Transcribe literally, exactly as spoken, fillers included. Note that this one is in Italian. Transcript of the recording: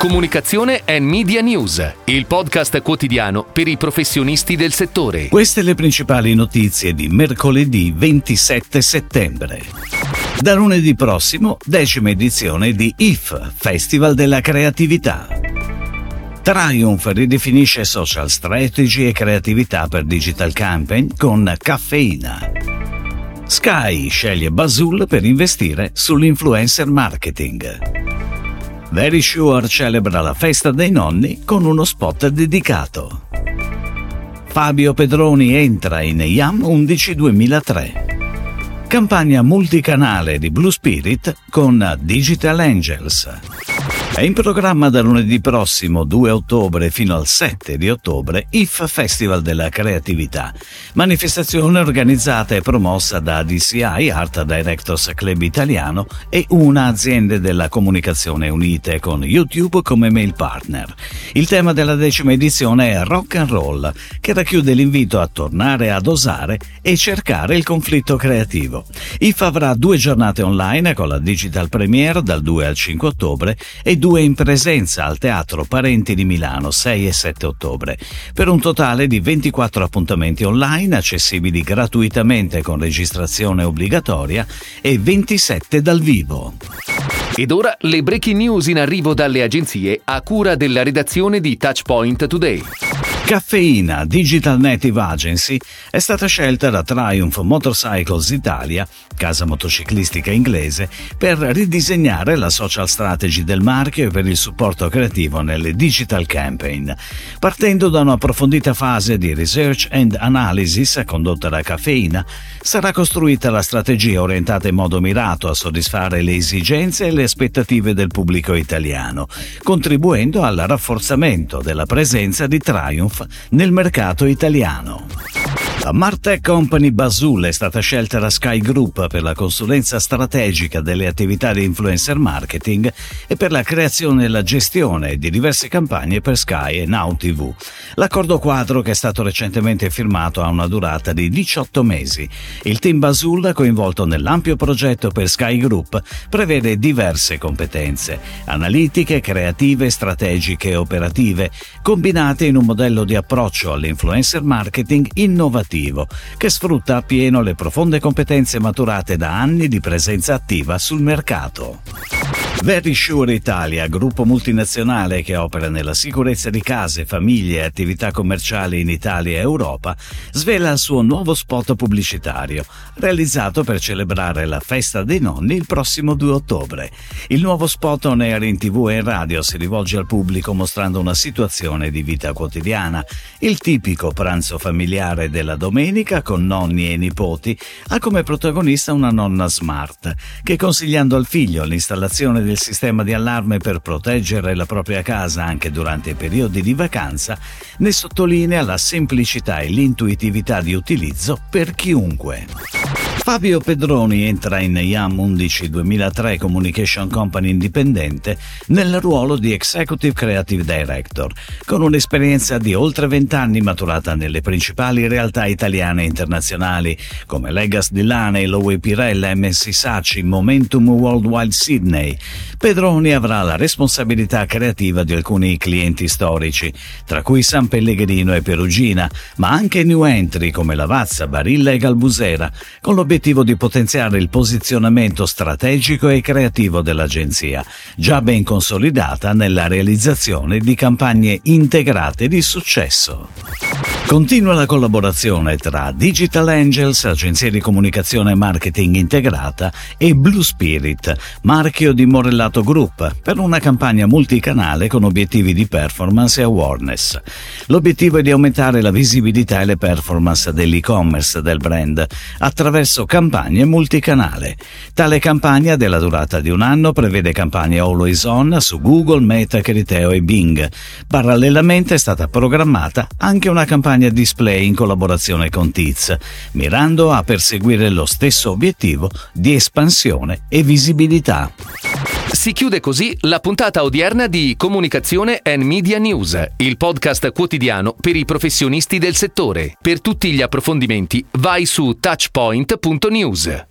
Comunicazione and Media News, il podcast quotidiano per i professionisti del settore. Queste le principali notizie di mercoledì ventisette settembre. Da lunedì prossimo, decima edizione di I F, Festival della Creatività. Triumph ridefinisce social strategy e creatività per digital campaign con Caffeina. Sky sceglie Bazul per investire sull'influencer marketing. Verisure celebra la festa dei nonni con uno spot dedicato. Fabio Pedroni entra in YAM undici duemilatré. Campagna multicanale di Blue Spirit con Digital Angels. È in programma da lunedì prossimo due ottobre fino al sette di ottobre I F Festival della Creatività, manifestazione organizzata e promossa da D C I, Art Directors Club Italiano, e una aziende della comunicazione unite con YouTube come mail partner. Il tema della decima edizione è rock and roll, che racchiude l'invito a tornare ad osare e cercare il conflitto creativo. I F avrà due giornate online con la Digital Premiere dal due al cinque ottobre e due in presenza al Teatro Parenti di Milano sei e sette ottobre, per un totale di ventiquattro appuntamenti online accessibili gratuitamente con registrazione obbligatoria e ventisette dal vivo. Ed ora le breaking news in arrivo dalle agenzie a cura della redazione di Touchpoint Today. Caffeina Digital Native Agency è stata scelta da Triumph Motorcycles Italia, casa motociclistica inglese, per ridisegnare la social strategy del marchio e per il supporto creativo nelle digital campaign. Partendo da un'approfondita fase di research and analysis condotta da Caffeina, sarà costruita la strategia orientata in modo mirato a soddisfare le esigenze e le aspettative del pubblico italiano, contribuendo al rafforzamento della presenza di Triumph nel mercato italiano. La Martech Company Bazul è stata scelta da Sky Group per la consulenza strategica delle attività di influencer marketing e per la creazione e la gestione di diverse campagne per Sky e Now ti vu. L'accordo quadro, che è stato recentemente firmato, ha una durata di diciotto mesi. Il team Bazul, coinvolto nell'ampio progetto per Sky Group, prevede diverse competenze analitiche, creative, strategiche e operative, combinate in un modello di approccio all'influencer marketing innovativo che sfrutta appieno le profonde competenze maturate da anni di presenza attiva sul mercato. Verisure Italia, gruppo multinazionale che opera nella sicurezza di case, famiglie e attività commerciali in Italia e Europa, svela il suo nuovo spot pubblicitario, realizzato per celebrare la festa dei nonni il prossimo due ottobre. Il nuovo spot on air in tivù e in radio si rivolge al pubblico mostrando una situazione di vita quotidiana, il tipico pranzo familiare della domenica con nonni e nipoti, ha come protagonista una nonna smart, che consigliando al figlio l'installazione del sistema di allarme per proteggere la propria casa anche durante i periodi di vacanza, ne sottolinea la semplicità e l'intuitività di utilizzo per chiunque. Fabio Pedroni entra in YAM undici duemilatré Communication Company indipendente nel ruolo di Executive Creative Director, con un'esperienza di oltre vent'anni maturata nelle principali realtà italiane e internazionali come Legas di Lane, Lowe Pirella, M S Saatchi, Momentum Worldwide Sydney. Pedroni avrà la responsabilità creativa di alcuni clienti storici, tra cui San Pellegrino e Perugina, ma anche new entry come Lavazza, Barilla e Galbusera, con l'obiettivo di potenziare il posizionamento strategico e creativo dell'agenzia, già ben consolidata nella realizzazione di campagne integrate di successo. Continua la collaborazione tra Digital Angels, agenzia di comunicazione e marketing integrata, e Blue Spirit, marchio di Morellato Group, per una campagna multicanale con obiettivi di performance e awareness. L'obiettivo è di aumentare la visibilità e le performance dell'e-commerce del brand attraverso campagne multicanale. Tale campagna, della durata di un anno, prevede campagne always on su Google, Meta, Criteo e Bing. Parallelamente è stata programmata anche una campagna display in collaborazione con Tiz, mirando a perseguire lo stesso obiettivo di espansione e visibilità. Si chiude così la puntata odierna di Comunicazione and Media News, il podcast quotidiano per i professionisti del settore. Per tutti gli approfondimenti vai su touchpoint punto news.